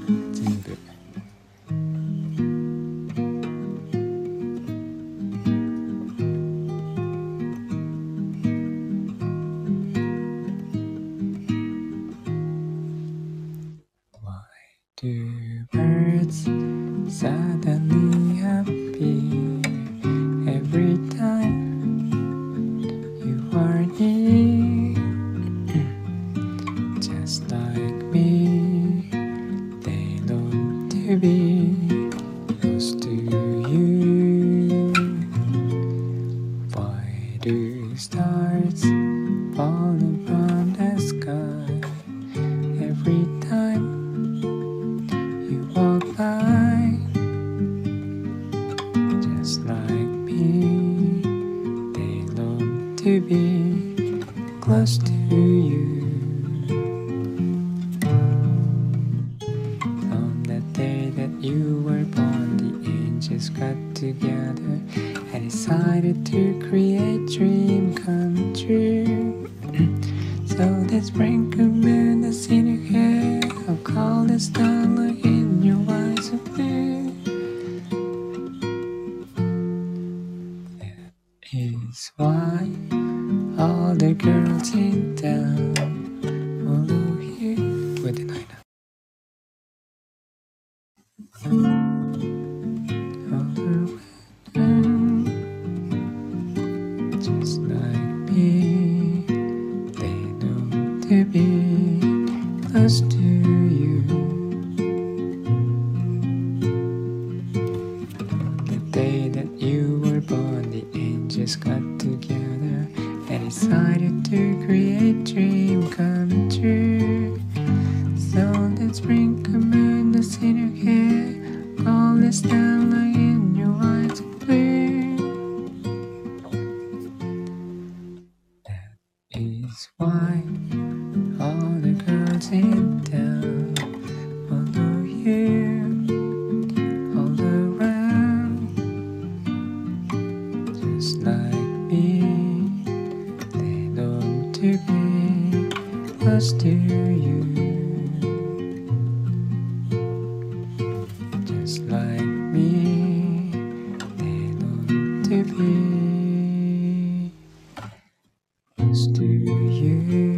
全部。Do birds suddenly appear every time you are near? Just like me, they long to be close to you. Why do stars fall upon the sky every time you walk by? Just like me, they long to be close to you. On the day that you were born, the angels got together and decided to create dream come true. So let's sprinkle moon that's in your hair, I'll call the starlight in your eyes of blue. That is why all the girls in town follow you. 覚えてないな。All around, just like me, they know to be close to you. The day that you were born, the angels got together and decided to create dream come true. So let's sprinkle moon that's in your hair, all the starlight in your eyes of blue. That is why all the girls in town follow you all around. Just like me, they long to be close to you. Just like me, they long to be close to you.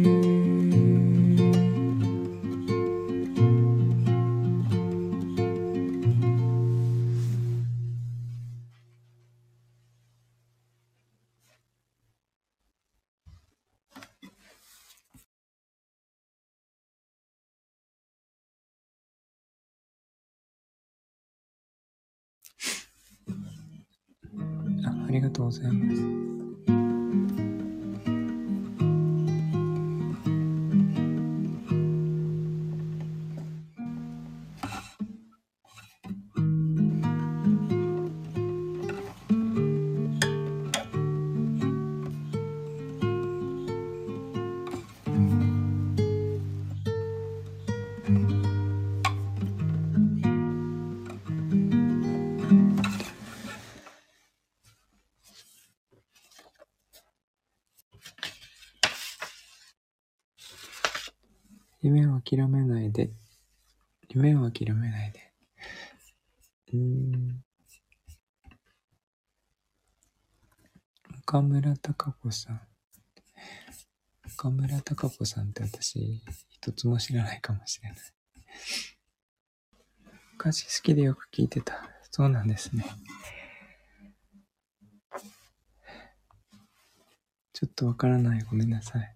ありがとうございます。夢を諦めないで。夢を諦めないで。岡村孝子さん。岡村孝子さんって私、一つも知らないかもしれない。昔好きでよく聞いてた。そうなんですね。ちょっとわからない。ごめんなさい。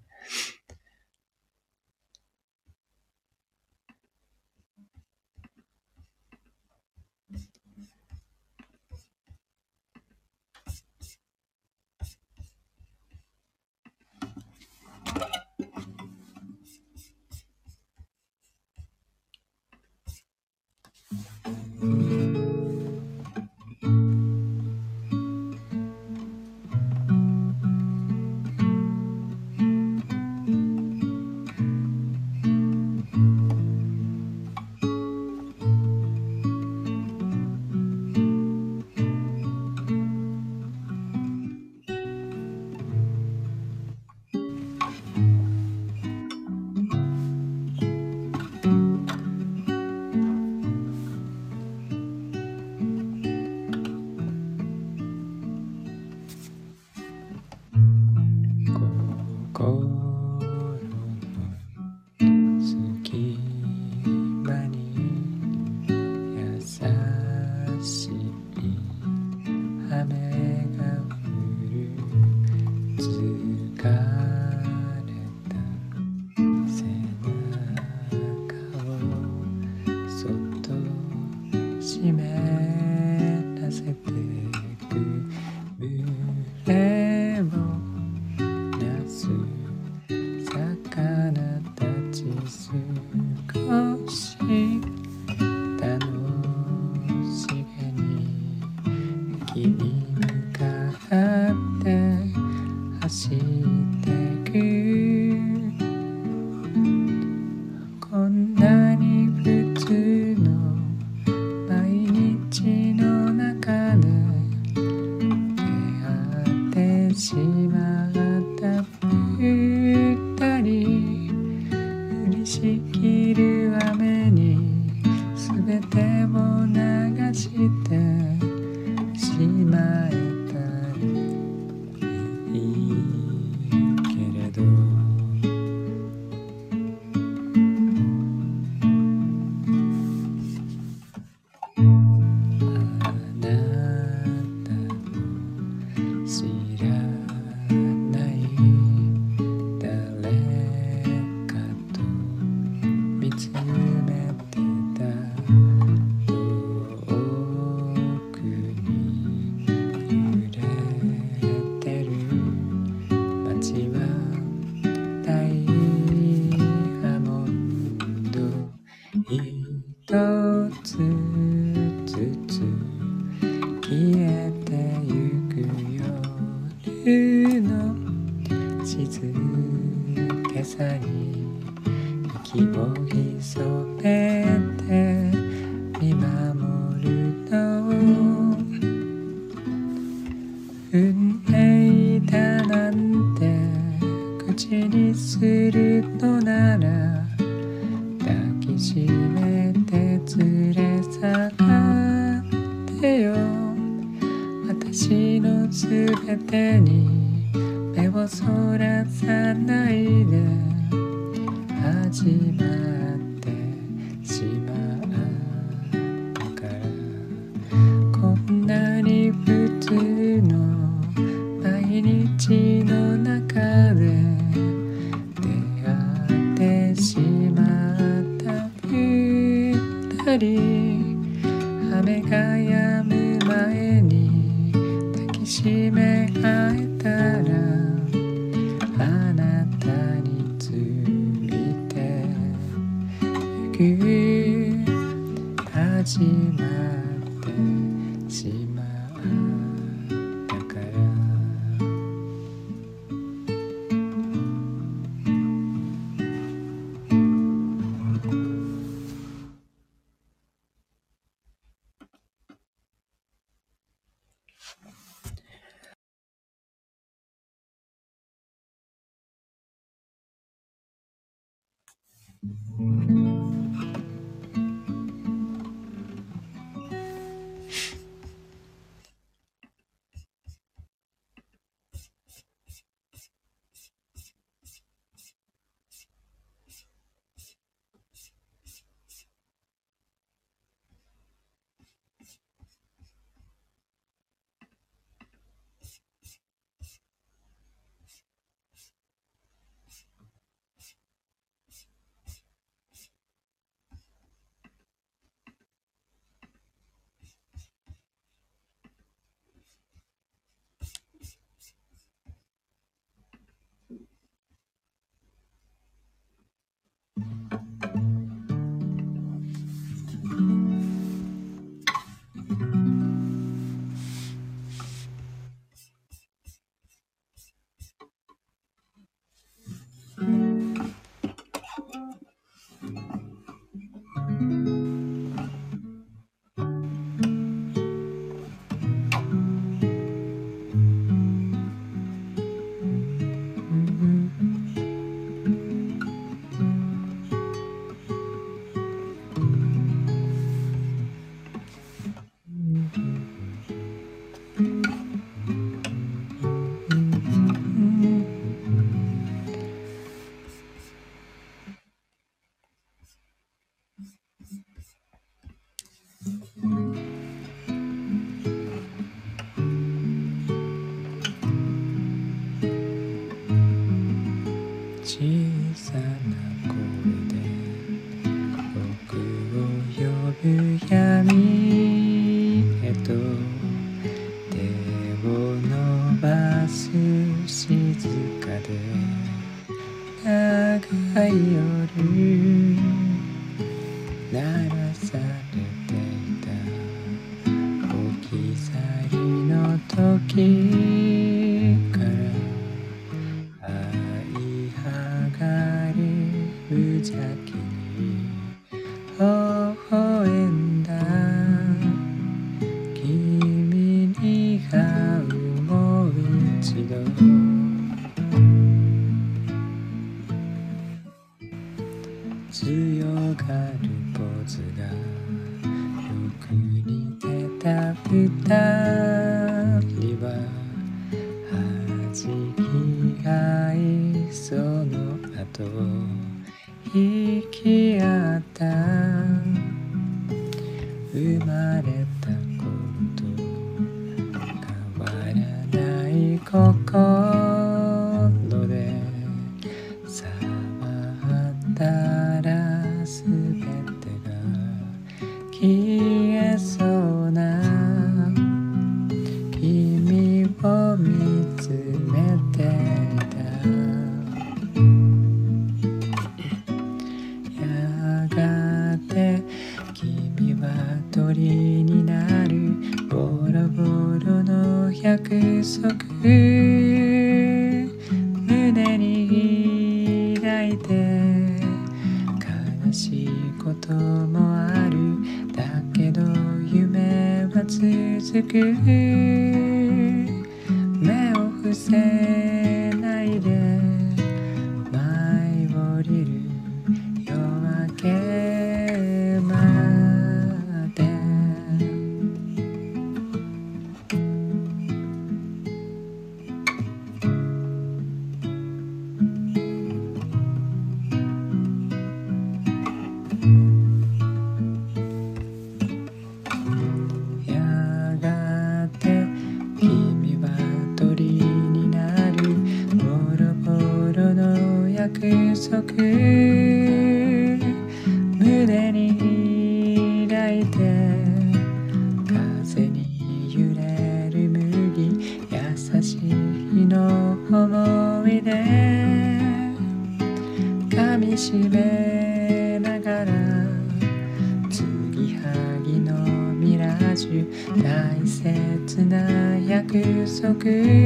つずつ消えてゆく夜の静けさに息を潜めて見守るの運命だなんて口にするのなら抱きしめて連れ去ってよ私のすべてに目をそらさないで始まってしまったからこんなに普通の毎日の中で出会ってしまった二人雨が止む前に抱きしめ合えたらあなたについてゆく始まってしまったから小さな声で僕を呼ぶ闇へと手を伸ばす静かで長い夜鳴らされていた置き去りの時から無邪気に微笑んだ君に会うもう一度強がるポーズがよく似てた二人は弾き合いその後引き合った生まれたこと変わらない心で触ったらすべてが消えそうな君を見つめていたやがてりになるボロボロの約束胸に抱いて悲しいこともあるだけど夢は続く目を伏せないで舞い降りる夜明けまでやがて君は鳥になるボロボロの約束胸に抱いて風に揺れる麦優しいの思い出噛みしめながら継ぎはぎのミラージュ大切な約束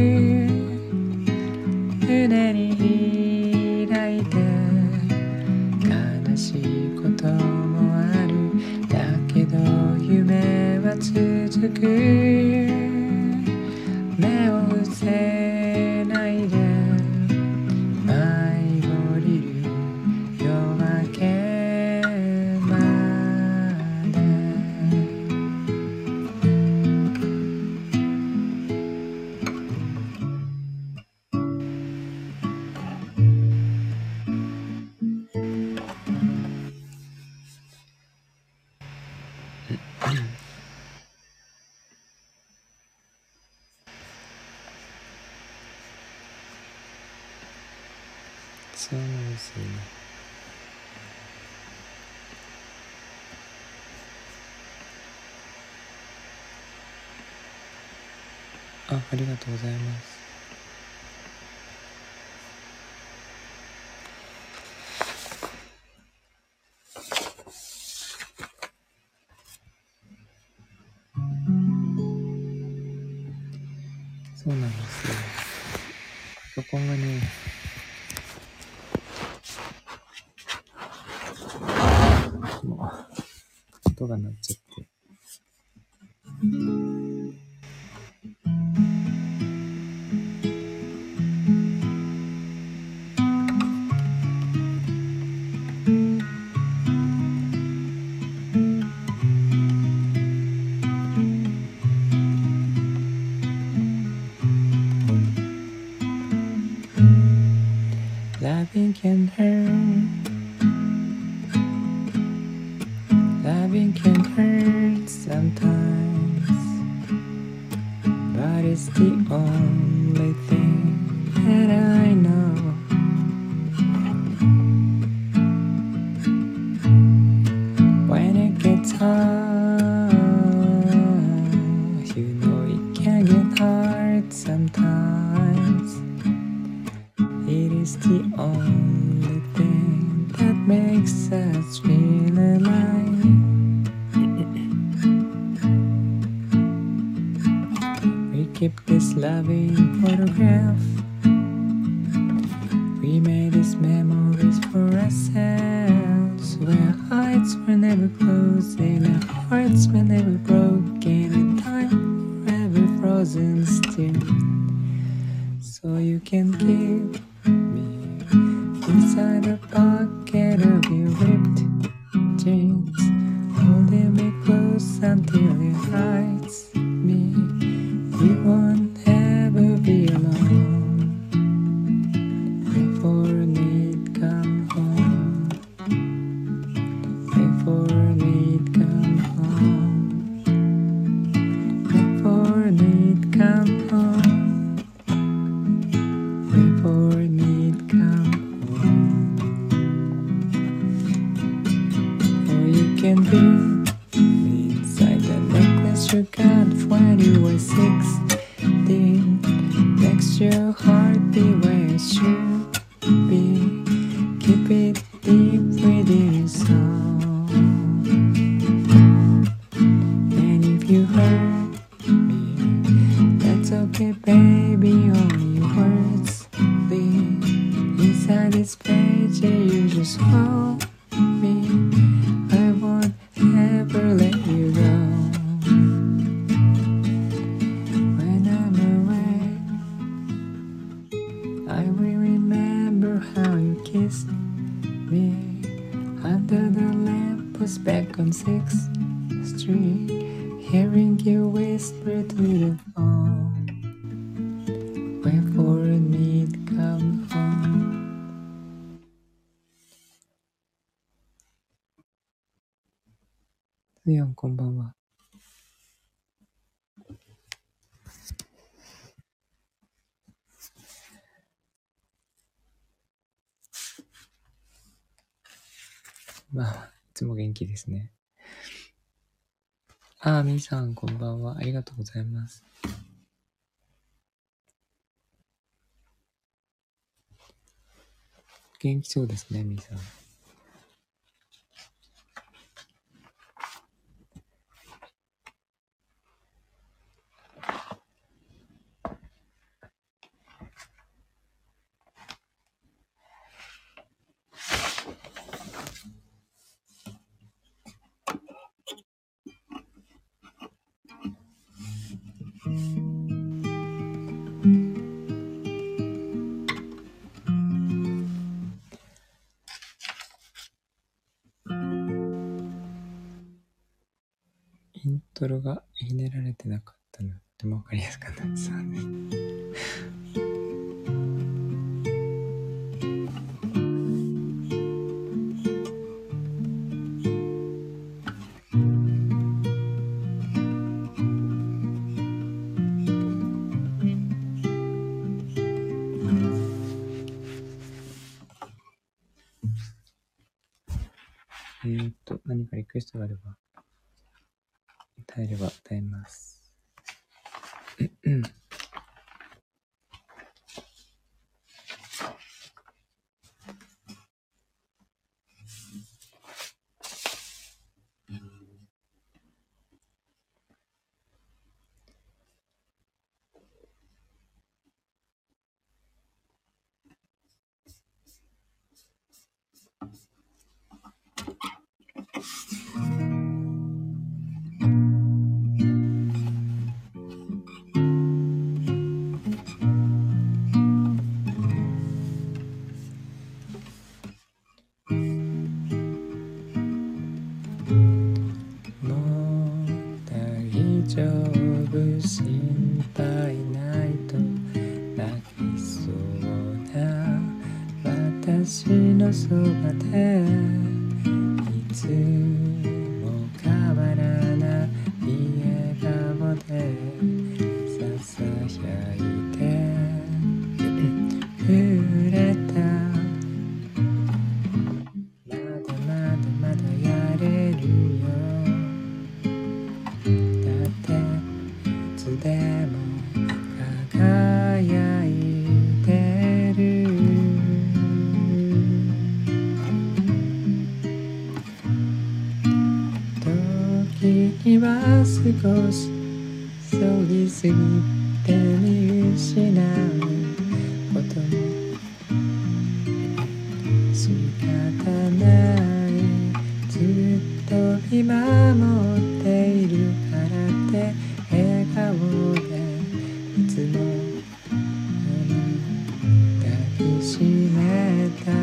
胸に抱いて悲しいこともあるだけど夢は続く目を伏せないで舞い降りる夜明けまでそうなんですよね。ありがとうございます。そうなんですよ。パソコンがね、もう音が鳴っちゃって。Loving can hurt, loving can hurt sometimes, but it's the only thing that I know. When it gets hard, you know it can get hard sometimes. It is the only thing that makes us feel alive. We keep this loving photograph. We made these memories for ourselves, where hearts were never closing, and hearts were never broken, and time forever frozen still. So you can keep me inside a pocket of your ripped jeans, holding me close until it hurts me. You won't ever be alone before need come home, before need come home, before need come home, before need come home. Or you can be inside the necklace you got when you were 16. Next your heart be where it should be. Keep it deep within your soul. back on 6th Street, hearing you whisper to the phone, wait for me to come home. スヨンこんばんは。まあ、いつも元気ですね。みーさん、こんばんは。ありがとうございます。元気そうですね、みーさん。イントロがひねられてなかったので、とてもわかりやすかったです。何かリクエストがあれば、歌えれば歌えます。心配ないと泣きそうな私のそばでいつも変わらない笑顔でささやいて触れたまだまだまだやれるよだっていつでも輝いてる時は少し急ぎすぎて見失うことも仕方ないずっと見守っているからって笑顔でいつも抱きしめた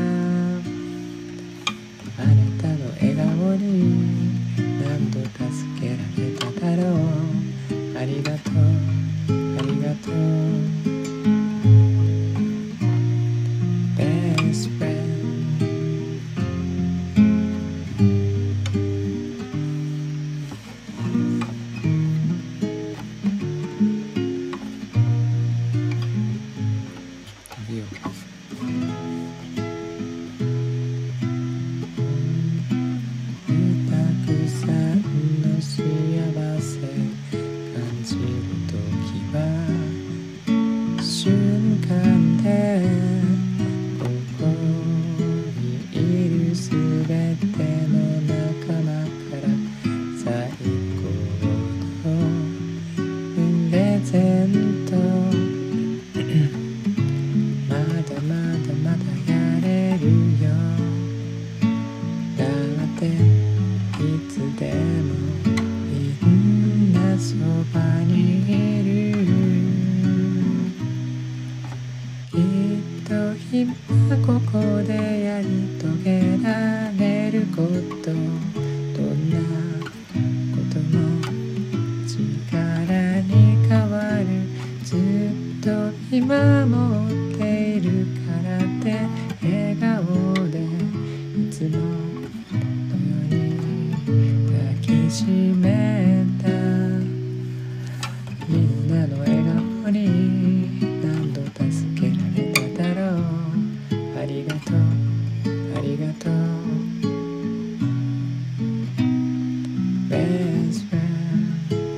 あなたの笑顔に何度助けられただろうありがとうありがとう Best friendここでやり遂げられることどんな守っているからって笑顔でいつものように抱きしめたみんなの笑顔に何度助けられただろうありがとうありがとう Best friend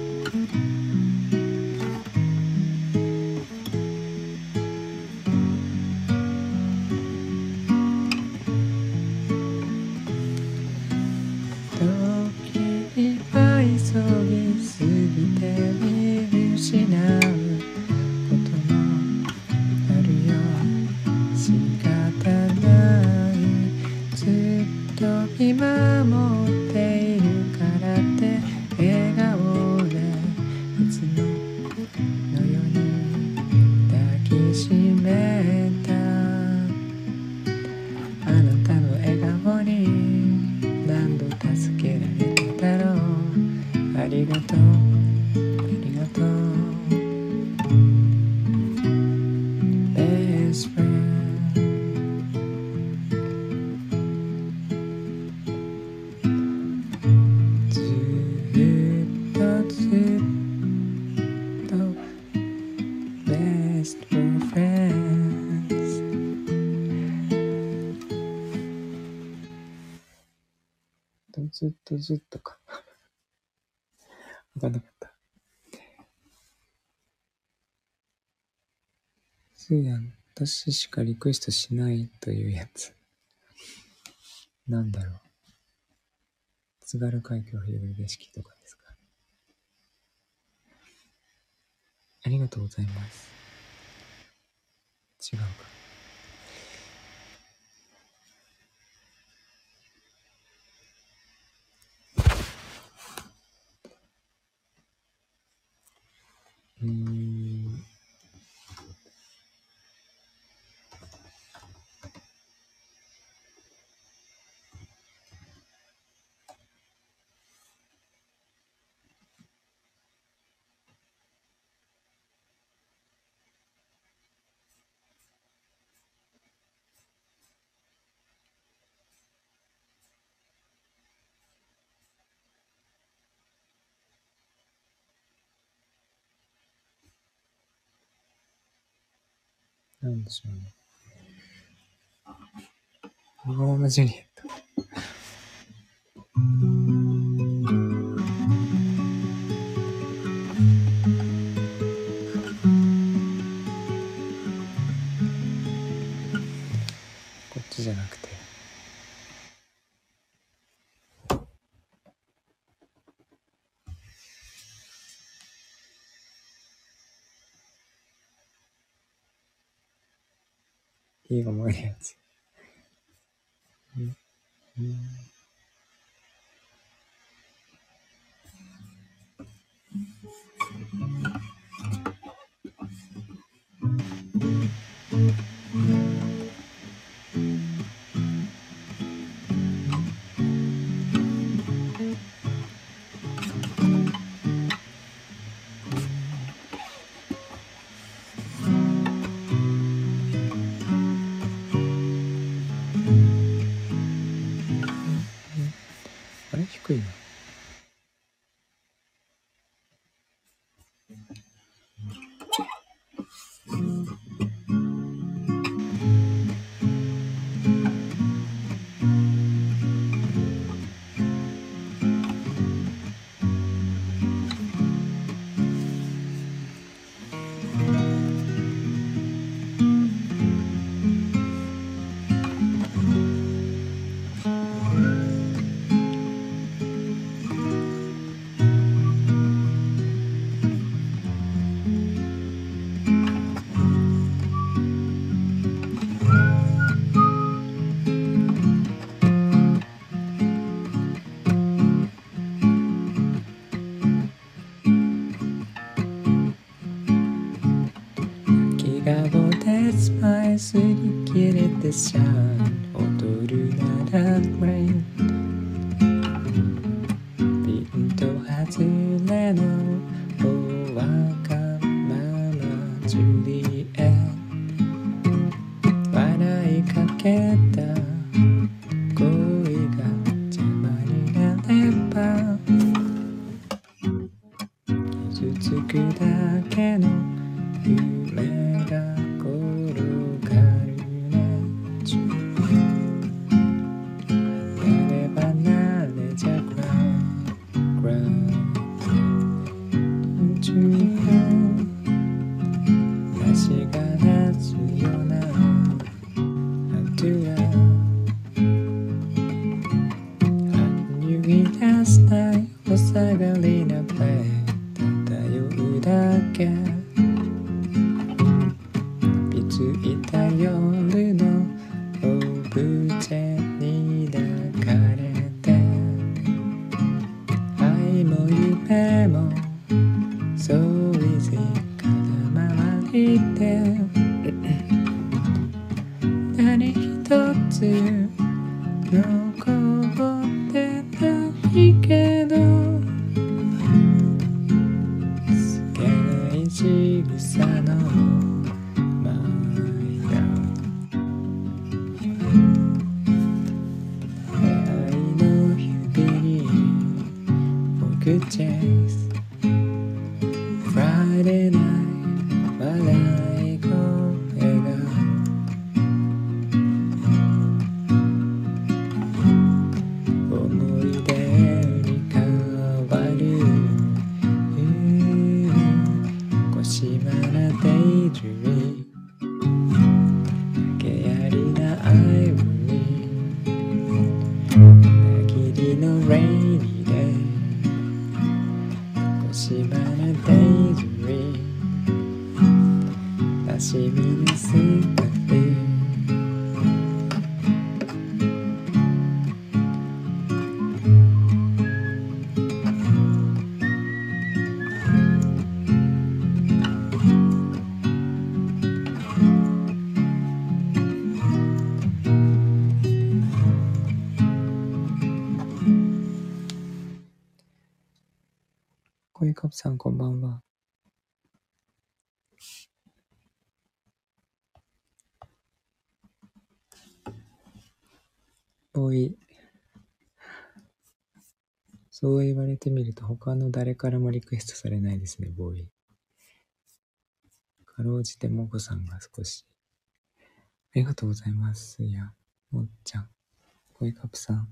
時は急ぎすぎて見失うこともあるよ仕方ないずっと見守っているからって笑顔でいつものように抱きしめたあなたの笑顔に何度助けられただろうありがとうありがとう Best friend ずっとずっと Best friends ずっとずっとか分かんなかったそうやん私しかリクエストしないというやつなんだろう津軽海峡を広げる景色とかですかありがとうございます違うかなんでしょうねローマジュリエットこっちじゃなくていい思いのやつあれ低いな顔でスマイルすり切れてシャン踊るならレインピンと外れのおわがままジュリエットくだけの夢が転がるね。離れ離れじゃ足が出すようなアトゥラ歩き出せないお下がりなプレー漂うだけぴついた夜のオブジェに抱かれて愛も夢もそういず空回りで何一つ残ってないけど透けない仕草の前だ出会いの指に僕チェイスFriday night 笑い声が思い出に変わる腰まなデイジュリー影ありなアイボリーなぎりのレイニーデイ腰まなデイジュリーなしみにすがてこいかぷさんこんばんは。ボーイ、そう言われてみると他の誰からもリクエストされないですね、ボーイ。かろうじてもこさんが少し。ありがとうございます。いや、もっちゃん、こいかぷさん。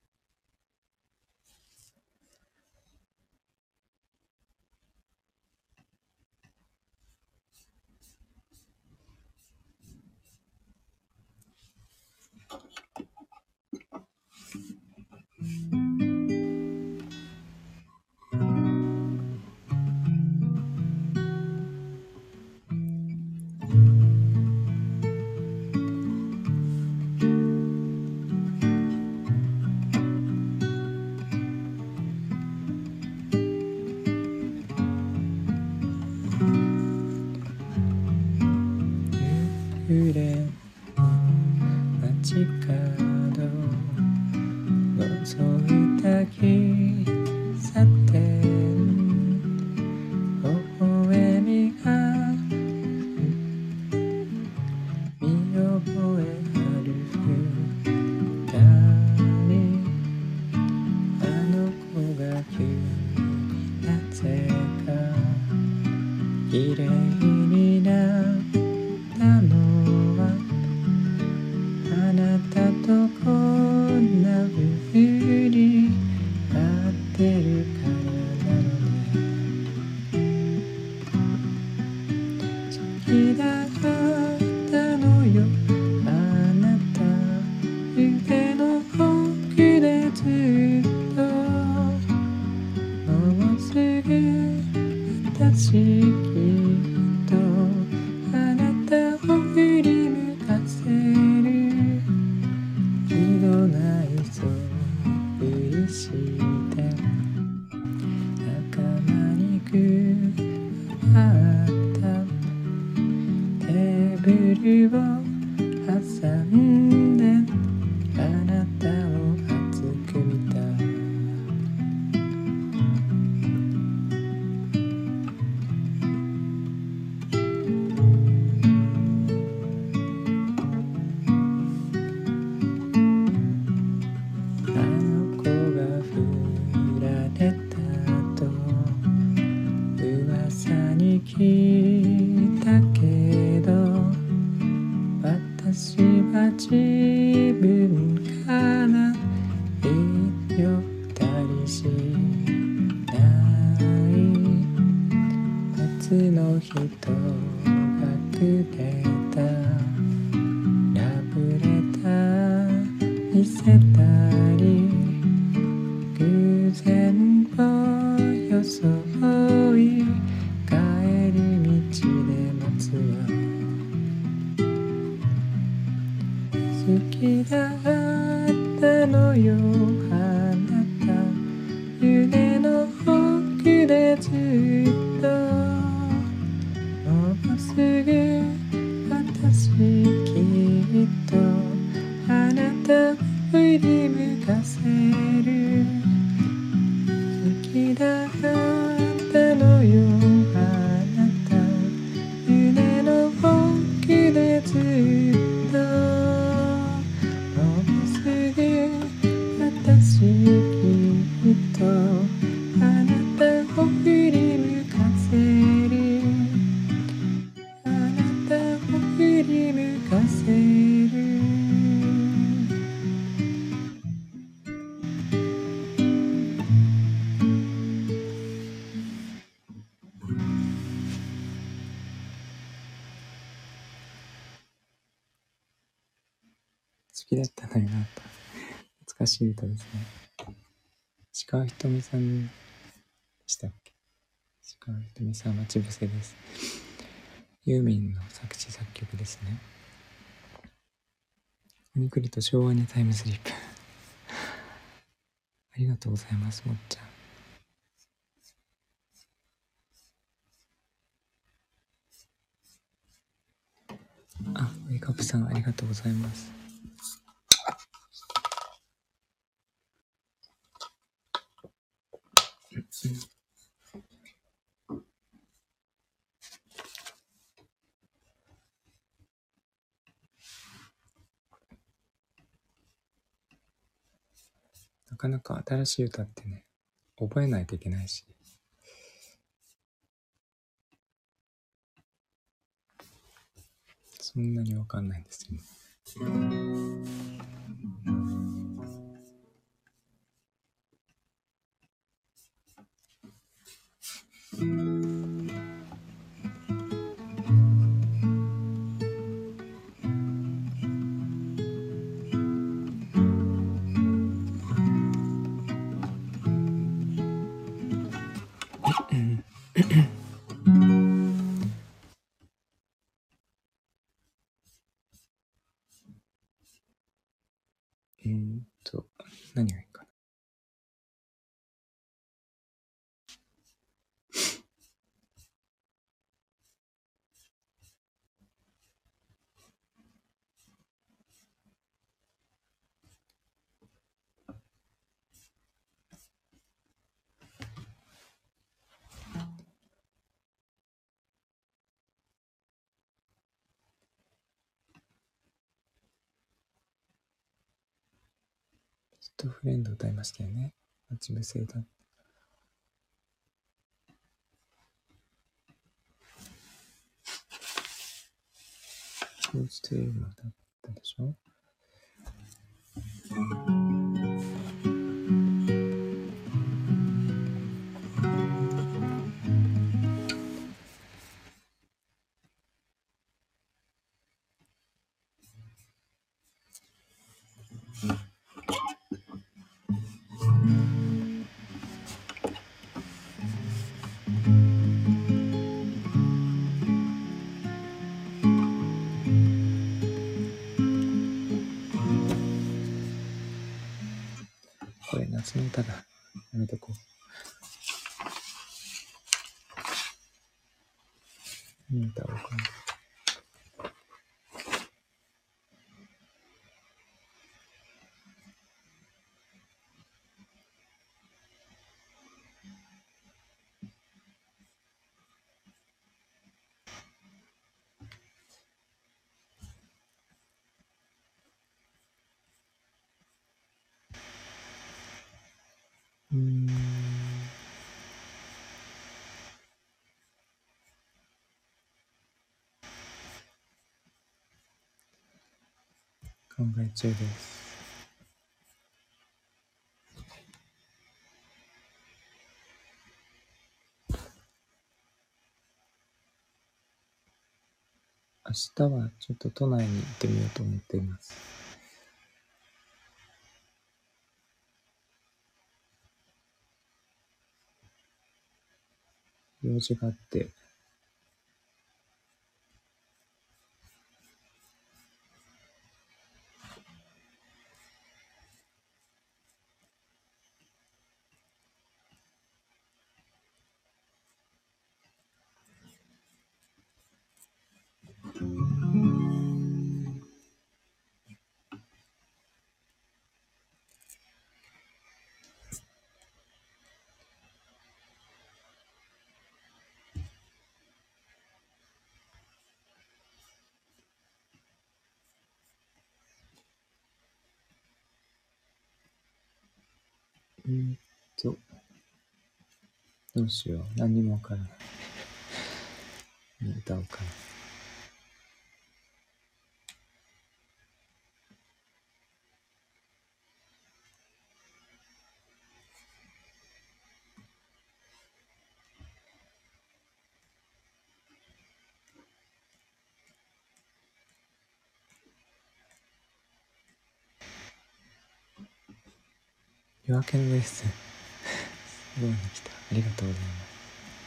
夕暮れの街角覗いた喫茶店微笑みが見覚えある二人あの子が急になぜか綺麗になったのはあなたとこんな風に合ってるからなのね好きだったのよあなた腕の奥でずっともうすぐ私きっとあなたを振り向かせる気のないそぶりして仲間に配ったテーブルを挟んであなたを熱く見たの人がくれたラブレター見せたり偶然を装い帰り道で待つわ好きだったのよあなた夢の奥でずっともうすぐ私きっとあなたを振り向かせる好きだったのよあなた夢の奥でずっともうすぐ私きっとあなたを振り向かせるあなたを振り向かせる好きだったのよなと懐かしい歌ですね。石川ひとみさんでしたっけ。石川ひとみさん待ち伏せです。ユーミンの作詞作曲ですね。ここに来ると昭和にタイムスリップありがとうございますもっちゃん。あ、ウェイクアップさんありがとうございます。なかなか新しい歌ってね覚えないといけないしそんなにわかんないんですよね。何がいいかな。ずっとフレンド歌いましたよね。待ち伏せ歌。クローズというのだったでしょ。これ夏の歌だ。やめとこう。何歌おうかな。考え中です。 明日はちょっと都内に行ってみようと思っています。用事があって、どうしよう。何にもわからない。歌おうかな。夜明けのレッスン。すごいの来た。ありがとうございます。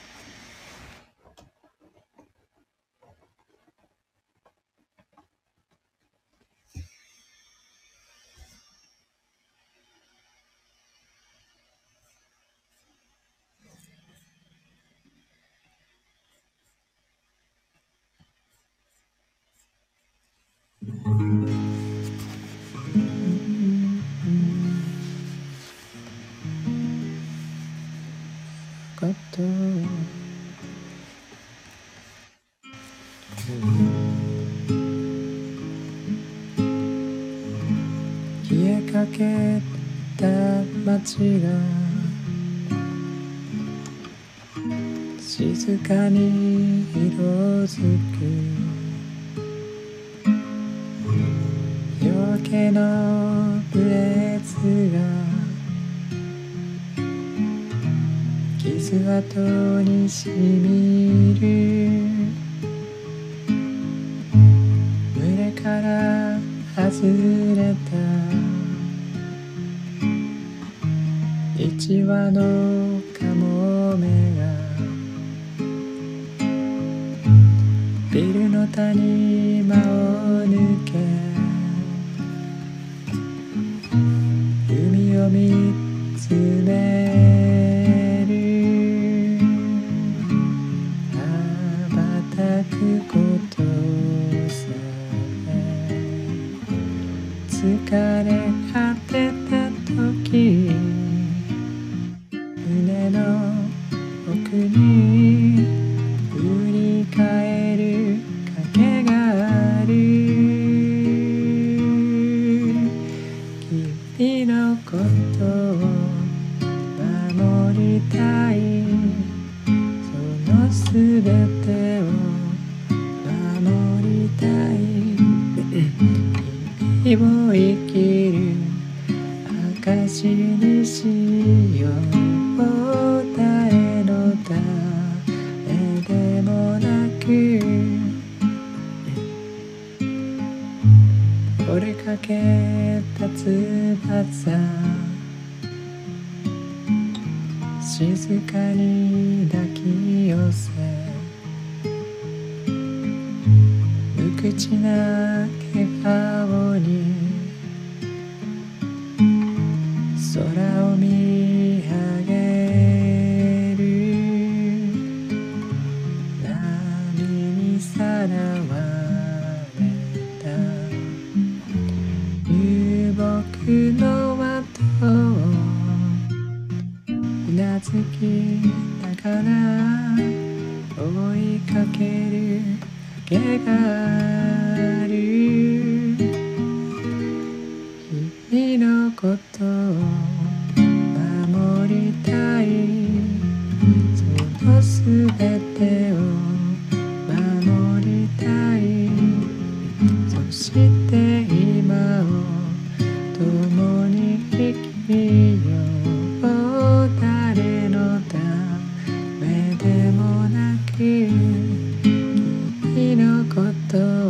消えかけた街が静かに色づく。夜明けのブレスが傷跡にしみる。胸から外れた一羽のカモメがビルの谷間を抜け海を見つめる。羽ばたくことさえ疲れ果てた時、胸の奥に振り返る影がある。君のことを守りたい、そのすべてを守りたい。日々を生きる証にしよう。誰のためでもなく折れかけた翼、静かに抱き寄せ無口な笑顔に空を見上げる。波にさらわれた流木の跡をうなずきながら追いかける影がある。君のことを守りたい、そのすべてを守りたい。そして今を共に生きよう。誰のためでもなく君のことを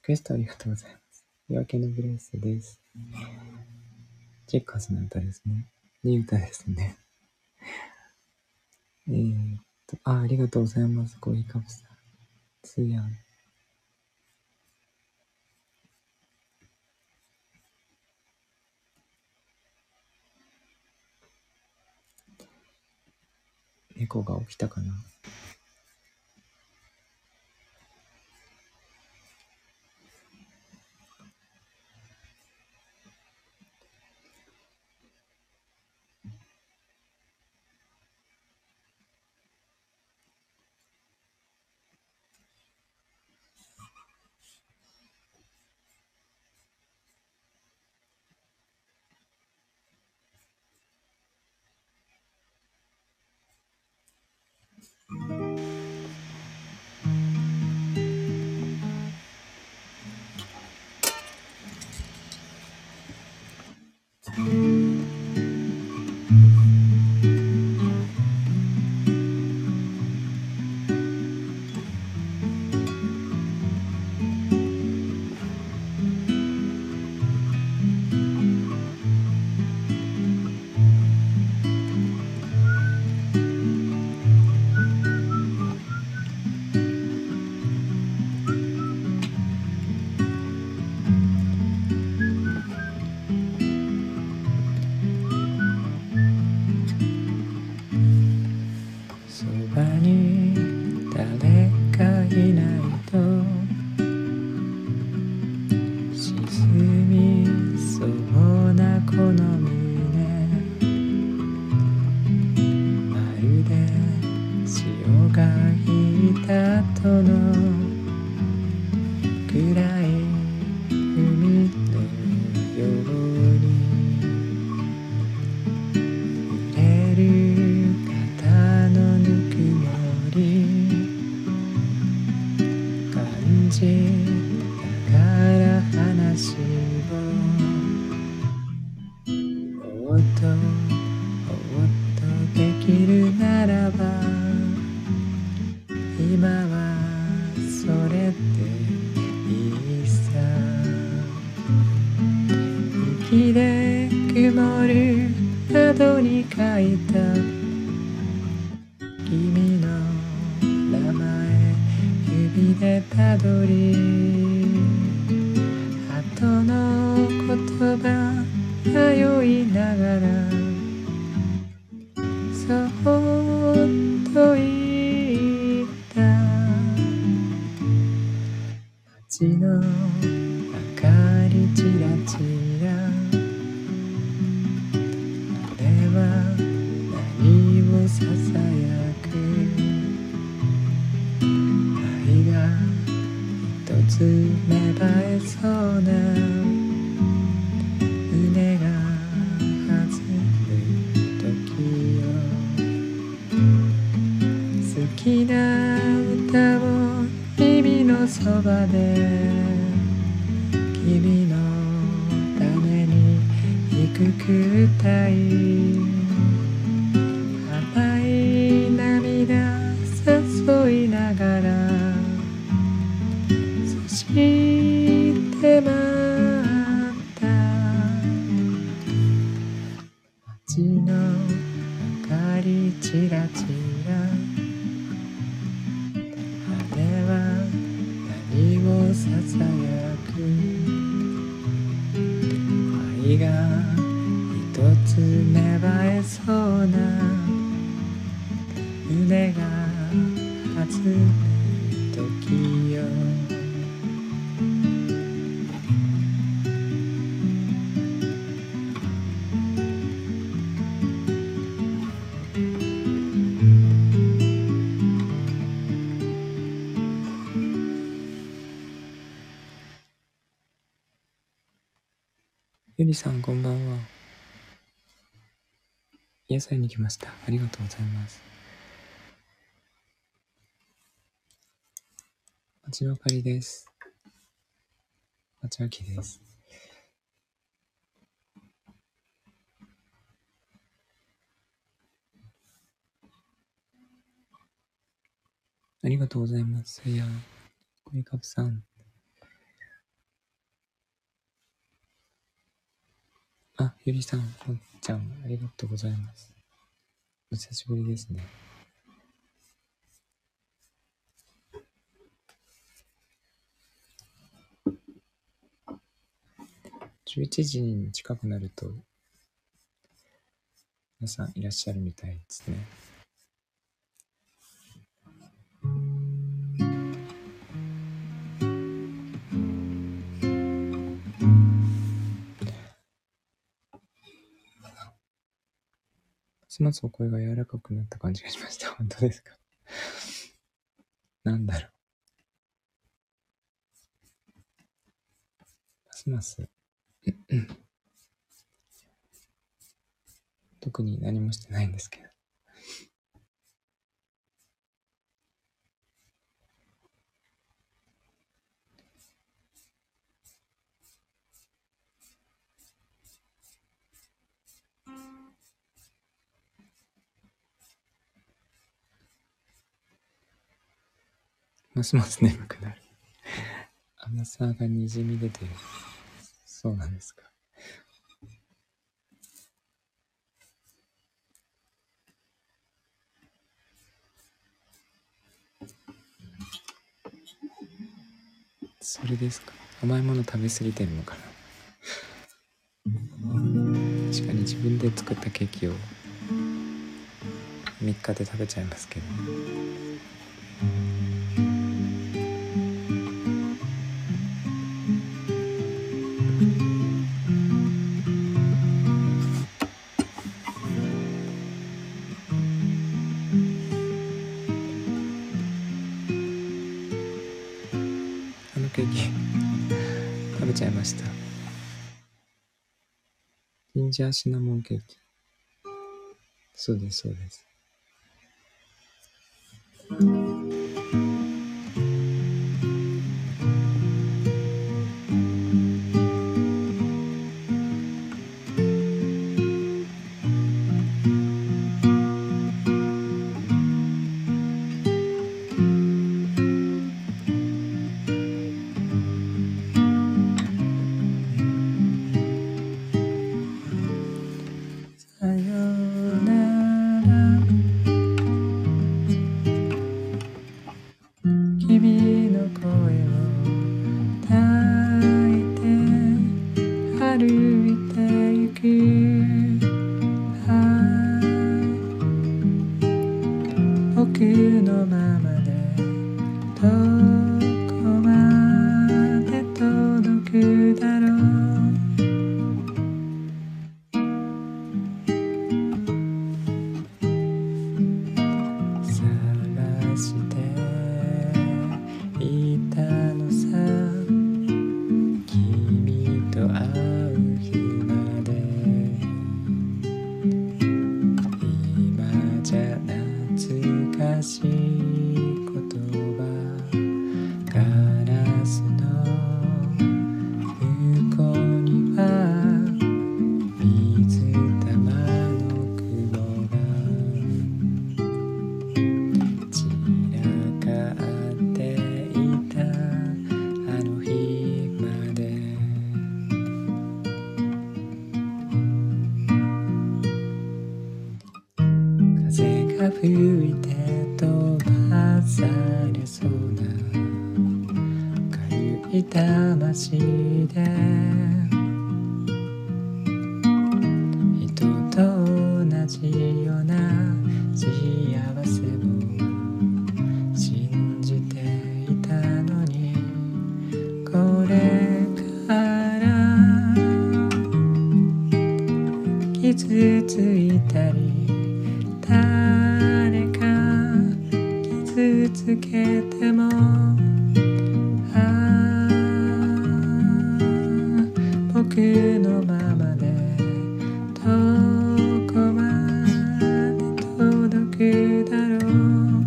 クエストありがとうございます。夜明けのブレスです。チェッカーズの歌ですね。いい歌ですね。ありがとうございます。コーヒーカップさん。つやん。猫が起きたかな。そばに誰かいないと沈みそうなこの胸、まるで潮が引いた後の暗い海のように揺れる肩のぬくもり感じながら話をおっとできるならば今はそれでいいさ。息で曇る窓に書いた君の名前指でたどり後の言葉迷いながらそっと言った街の明かりちらちらあれは何をささやく愛が一つ芽生えそうな胸が弾む時よ好きな歌を耳のそばで君のために低く歌い甘い涙誘いながらそして待った街の明かりちらちらあれは何をささやく愛が一つ芽生えそうな胸が弾む時よゆりさんこんばんは。癒されに来ました。ありがとうございます。町の明かりです。町明です。ありがとうございます。いや、コイカプさん。 あ、ゆりさん、こんちゃん、ありがとうございます。お久しぶりですね。11時に近くなると、皆さんいらっしゃるみたいですね。ますますお声が柔らかくなった感じがしました。本当ですか？なんだろう。ますます特に何もしてないんですけど。ますます眠くなる。甘さがにじみ出てる。そうなんですか。それですか。甘いもの食べ過ぎてるのかな。確かに自分で作ったケーキを3日で食べちゃいますけど。あのケーキ食べちゃいました。ジンジャーシナモンケーキ。そうです、そうです。さよなら君の声を抱いて歩いてゆく、僕のままでどこまで届くだろう。探していたのさ、君と会う日まで。今じゃ懐かしい言葉、ガラスの向こうには水玉の雲が散らかっていたあの日まで。風が吹いて飛ばされそうな軽い魂で、人と同じような幸せを信じていたのに、これから傷ついたり誰か傷つけても、僕のままでどこまで届くだろう。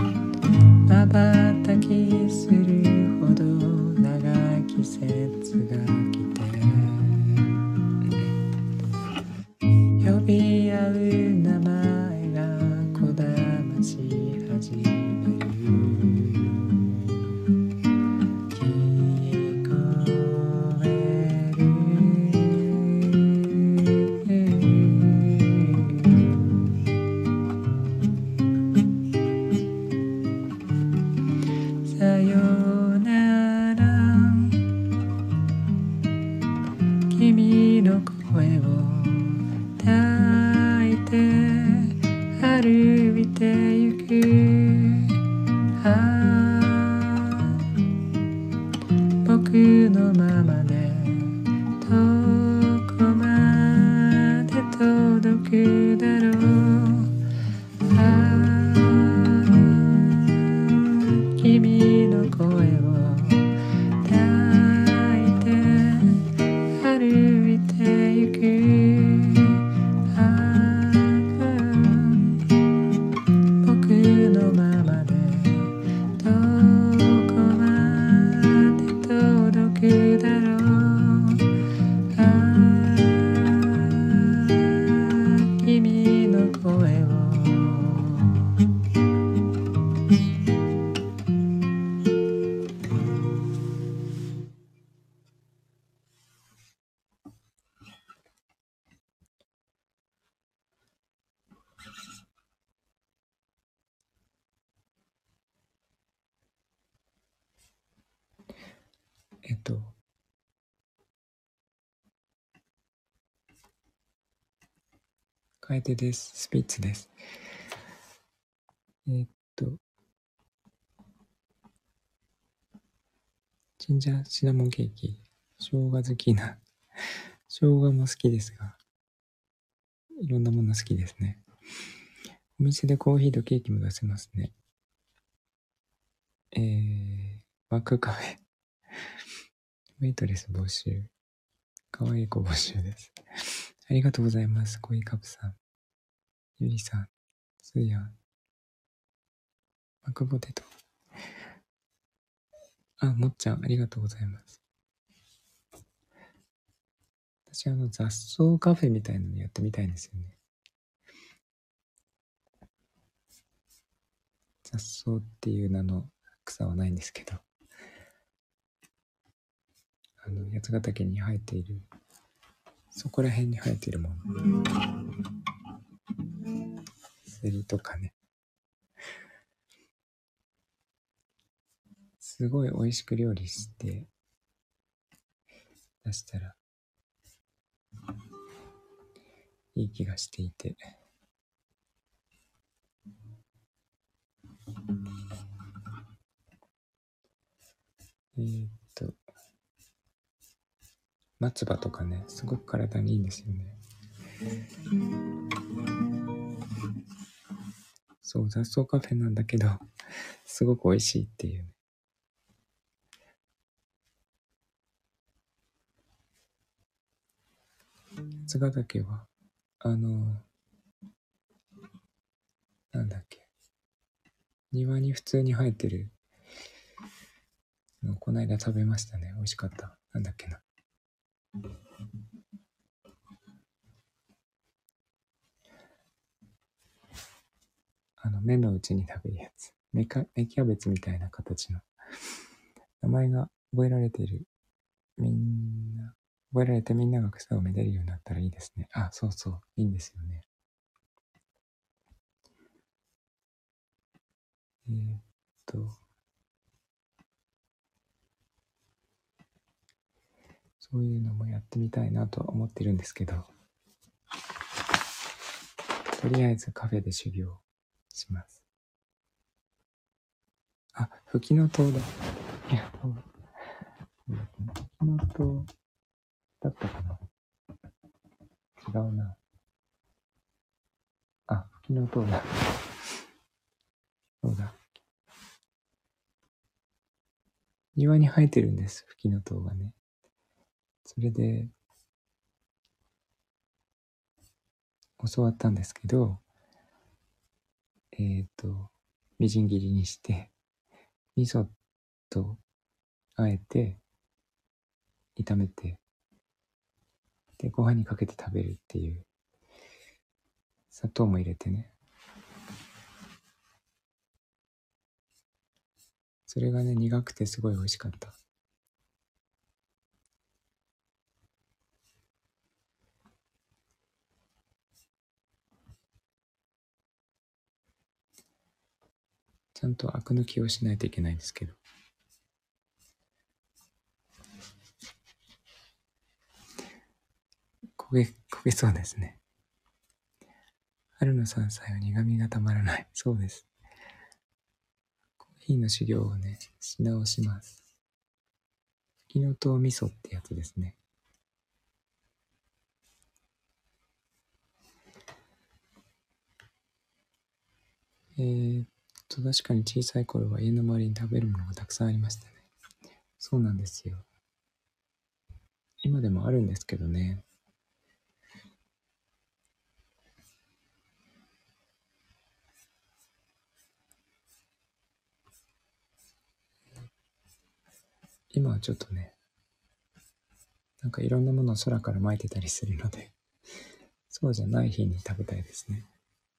瞬きするほど長い季節が来て、呼び合う僕のままでどこまで届くだろう。ああ、君の声を抱いて歩いてゆく。ああ、僕のままでどこまで届くだろう。ああ、君の声を楓です。スピッツです。ジンジャーシナモンケーキ。生姜好きな。生姜も好きですが、いろんなもの好きですね。お店でコーヒーとケーキも出せますね。バックカフェ。ウェイトレス募集。かわいい子募集です。ありがとうございます。コイカプさん。ゆりさん。スーヤン。マックポテト。あ、もっちゃん。ありがとうございます。私雑草カフェみたいなのやってみたいんですよね。雑草っていう名の草はないんですけど、八ヶ岳に生えている、そこら辺に生えているもの、セリとかね、すごい美味しく料理して出したらいい気がしていて、松葉とかね、すごく体にいいんですよね。そう、雑草カフェなんだけど、すごく美味しいっていうね。八ヶ岳は、なんだっけ、庭に普通に生えてるのをこの間食べましたね。美味しかった。なんだっけな。目の内に食べるやつ。芽キャベツみたいな形の。名前が覚えられてみんなが草をめでるようになったらいいですね。あ、そうそう。いいんですよね。そういうのもやってみたいなとは思ってるんですけど、とりあえずカフェで修行します。あ、フキノトウだ。いや、フキノトウだったかな。違うな。あ、フキノトウだ。そうだ。庭に生えてるんです、フキノトウがね。それで教わったんですけど、みじん切りにして味噌とあえて炒めて、でご飯にかけて食べるっていう、砂糖も入れてね。それがね、苦くてすごい美味しかった。ちゃんとアク抜きをしないといけないんですけど。焦げそうですね。春の山菜は苦味がたまらない。そうです。コーヒーの修行をね、し直します。フフキノトウ味噌ってやつですね。確かに小さい頃は家の周りに食べるものがたくさんありましたね。そうなんですよ。今でもあるんですけどね。今はちょっとね、なんかいろんなものを空から撒いてたりするので、そうじゃない日に食べたいですね。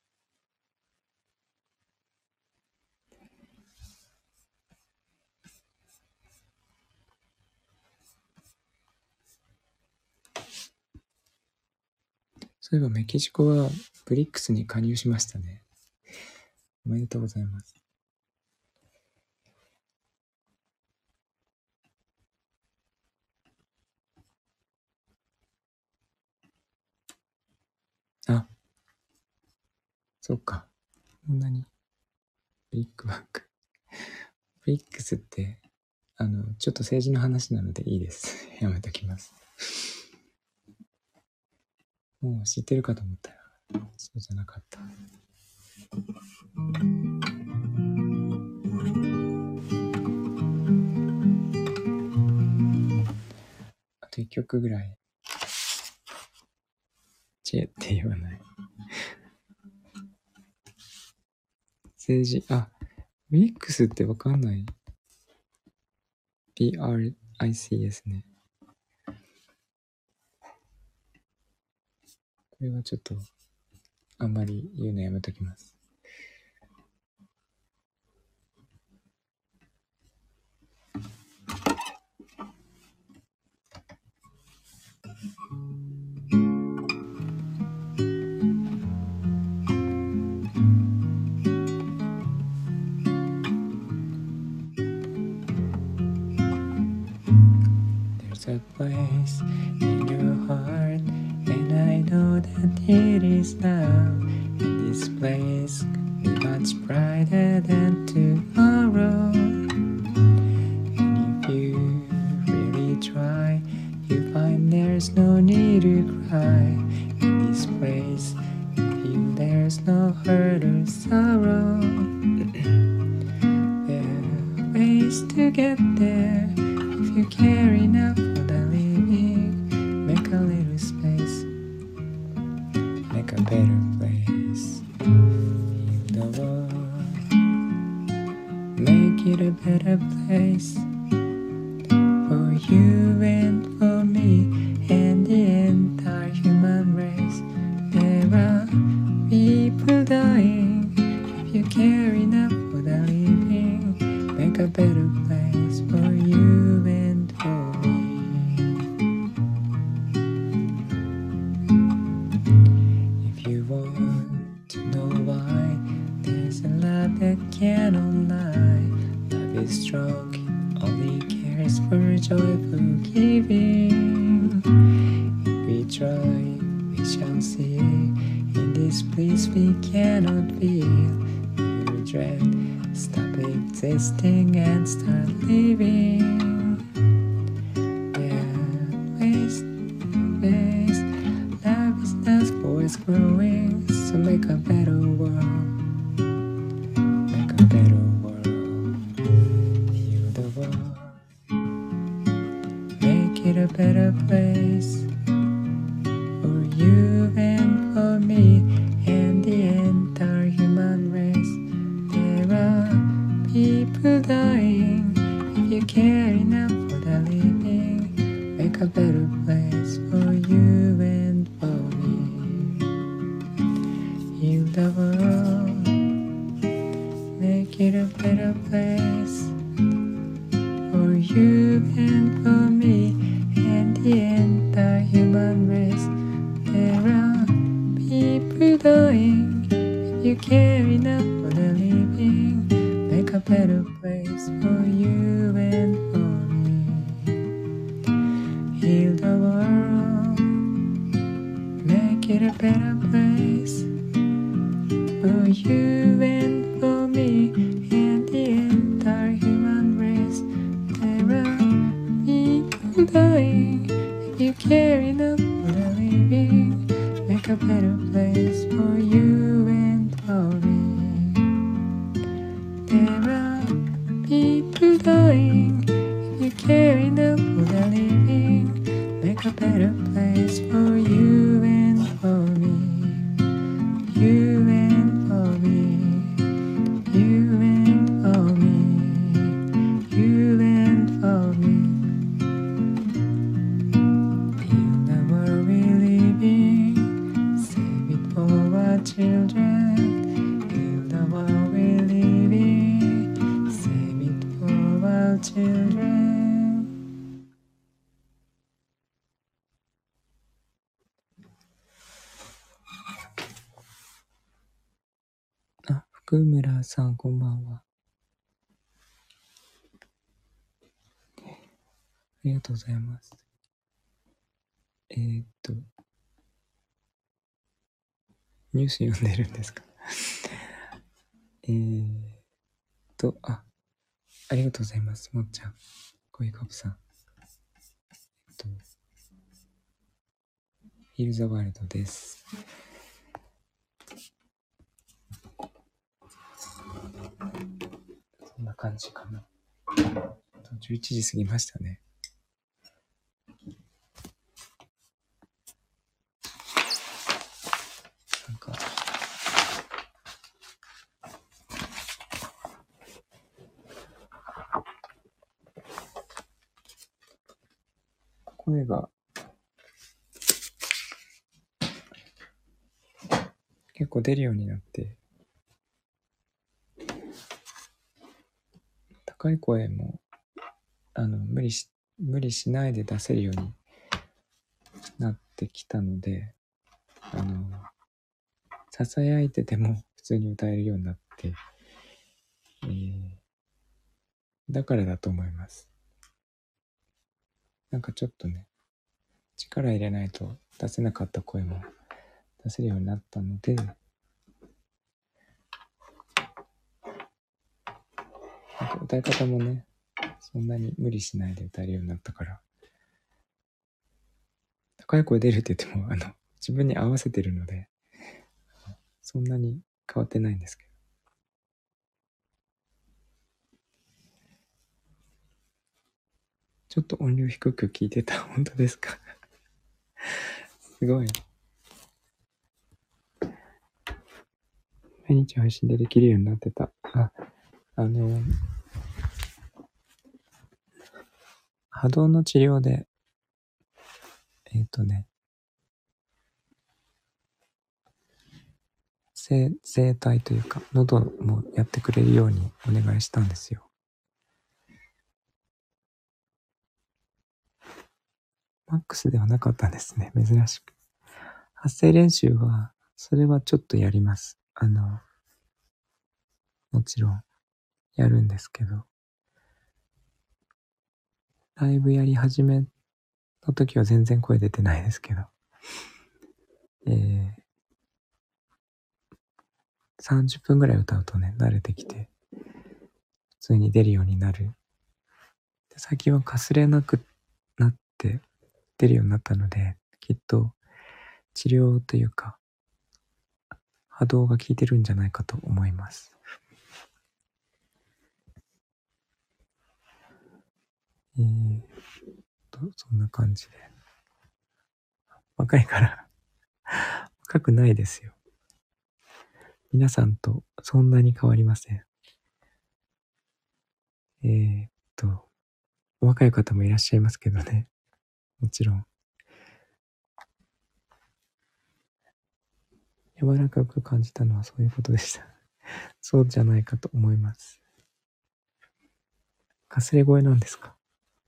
そういえばメキシコはブリックスに加入しましたね。おめでとうございます。あ、そっか。こんなに。ビッグバンク。ブリックスって、ちょっと政治の話なのでいいです。やめときます。もう知ってるかと思ったら、そうじゃなかった。あと1曲ぐらい。チェって言わない。政治、ブリックスってわかんない。BRIC ですね。これはちょっと、あんまり言うのやめときます。There's a place in your heart, and I know that it is love. And this place could be much brighter than tomorrow. And if you really try, you find there's no need to cry. In this place, you feel there's no hurt or sorrow. There are ways to get there. If you care enough for the living, make a little space, make a better place. Heal the world, make it a better place for you and for me and the entire human race. There are people dying. If you care enough for the living, make a better place for you and for me. If you want to know why, there's a love that cannot lie. Love is strong, it only cares for joyful giving. If we try, we shall see. In this place we cannot feel your dread. Stop existing and start living. Yeah, waste. Love is not always growing, so make a better world. Make a better world. Heal the world. Make it a better place for you and for me and the entire human race. There are people dying. If you care enough for the living, make a better place for you and for me. Heal the world, make it a better place for you and for me and the entire human race. There are people dying. If you care enough for the living, make a better place for you and for me. Heal the world. care enough for the living, make a better place for you and for me. There are people dying. If you care enough for the living, make a better place for you and for me. You and for me. You and for me. You and for me. In the world we live in, save it for our children. In the world we live in, save it for our children. あ、福村さんこんばんは。ありがとうございます。ニュース読んでるんですか？ありがとうございます。もっちゃん、こいかぶさん。ヒルザワールドです。そんな感じかな。11時過ぎましたね。なんか声が結構出るようになって、高い声も無理しないで出せるようになってきたので、ささやいてても普通に歌えるようになって、だからだと思います。なんかちょっとね、力入れないと出せなかった声も出せるようになったので、なんか歌い方もね、そんなに無理しないで歌えるようになったから、高い声出るって言っても自分に合わせてるので、そんなに変わってないんですけど。ちょっと音量低く聞いてた。本当ですか？すごい。毎日配信でできるようになってた。波動の治療で、声帯というか、喉もやってくれるようにお願いしたんですよ。マックスではなかったんですね。珍しく。発声練習は、それはちょっとやります。もちろん、やるんですけど、ライブやり始めの時は全然声出てないですけど、30分ぐらい歌うとね、慣れてきて、普通に出るようになる。で、最近はかすれなくなって出るようになったので、きっと治療というか、波動が効いてるんじゃないかと思います。そんな感じで。若いから若くないですよ。皆さんとそんなに変わりません。お若い方もいらっしゃいますけどね。もちろん。柔らかく感じたのはそういうことでした。そうじゃないかと思います。かすれ声なんですか？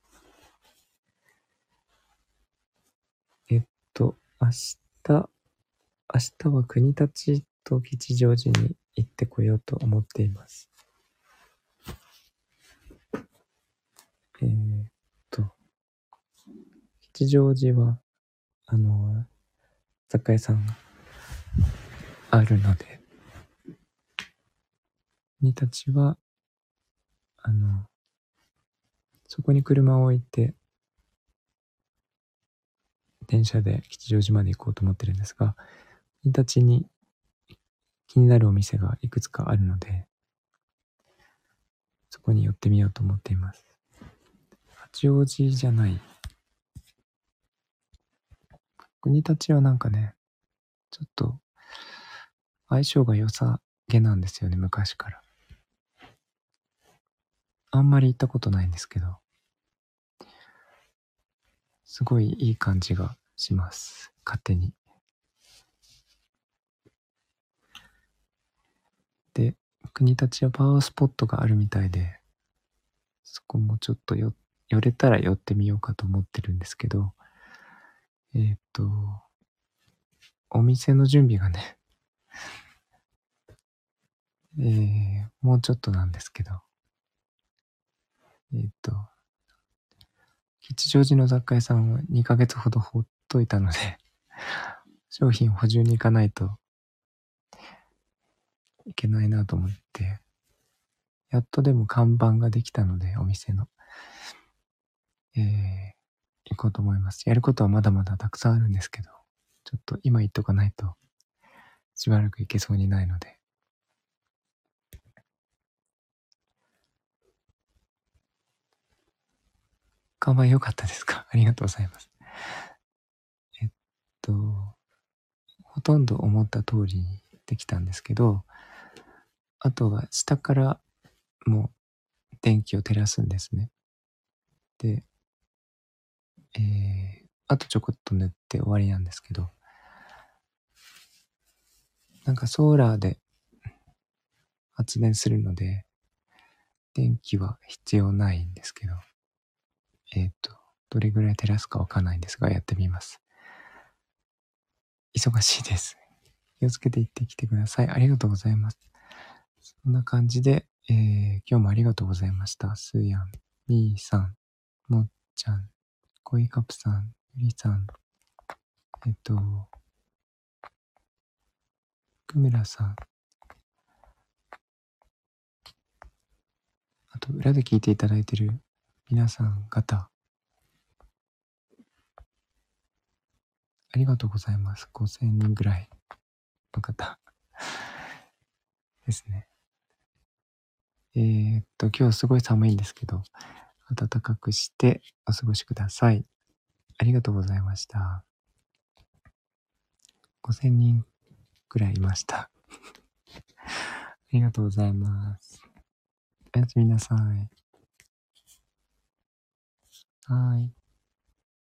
明日は国立と吉祥寺に行ってこようと思っています。吉祥寺は、雑貨屋さんがあるので、国立は、そこに車を置いて、 電車で吉祥寺まで行こうと思ってるんですが、国立に気になるお店がいくつかあるので、そこに寄ってみようと思っています。八王子じゃない。国立はなんかね、ちょっと相性が良さげなんですよね、昔から。あんまり行ったことないんですけど、すごいいい感じがします。勝手に。で、国立はパワースポットがあるみたいで、そこもちょっと寄れたら寄ってみようかと思ってるんですけど、お店の準備がね、もうちょっとなんですけど、吉祥寺の雑貨屋さんは2ヶ月ほどほっといたので、商品補充に行かないといけないなと思って、やっとでも看板ができたので、お店の。行こうと思います。やることはまだまだたくさんあるんですけど、ちょっと今言っとかないと、しばらく行けそうにないので。看板良かったですか？ありがとうございます。ほとんど思った通りにできたんですけど、あとは下からもう電気を照らすんですね。で、あとちょこっと塗って終わりなんですけど、なんかソーラーで発電するので、電気は必要ないんですけど、どれぐらい照らすかわかんないんですが、やってみます。忙しいです。気をつけて行ってきてください。ありがとうございます。そんな感じで、今日もありがとうございました。スーヤン、ミーさん、もっちゃん、コイカプさん、ゆりさん、くむらさん、あと裏で聞いていただいている皆さん方、ありがとうございます。5000人ぐらいの方ですね。今日すごい寒いんですけど、暖かくしてお過ごしください。ありがとうございました。5000人くらいいました。ありがとうございます。おやすみなさい。はい。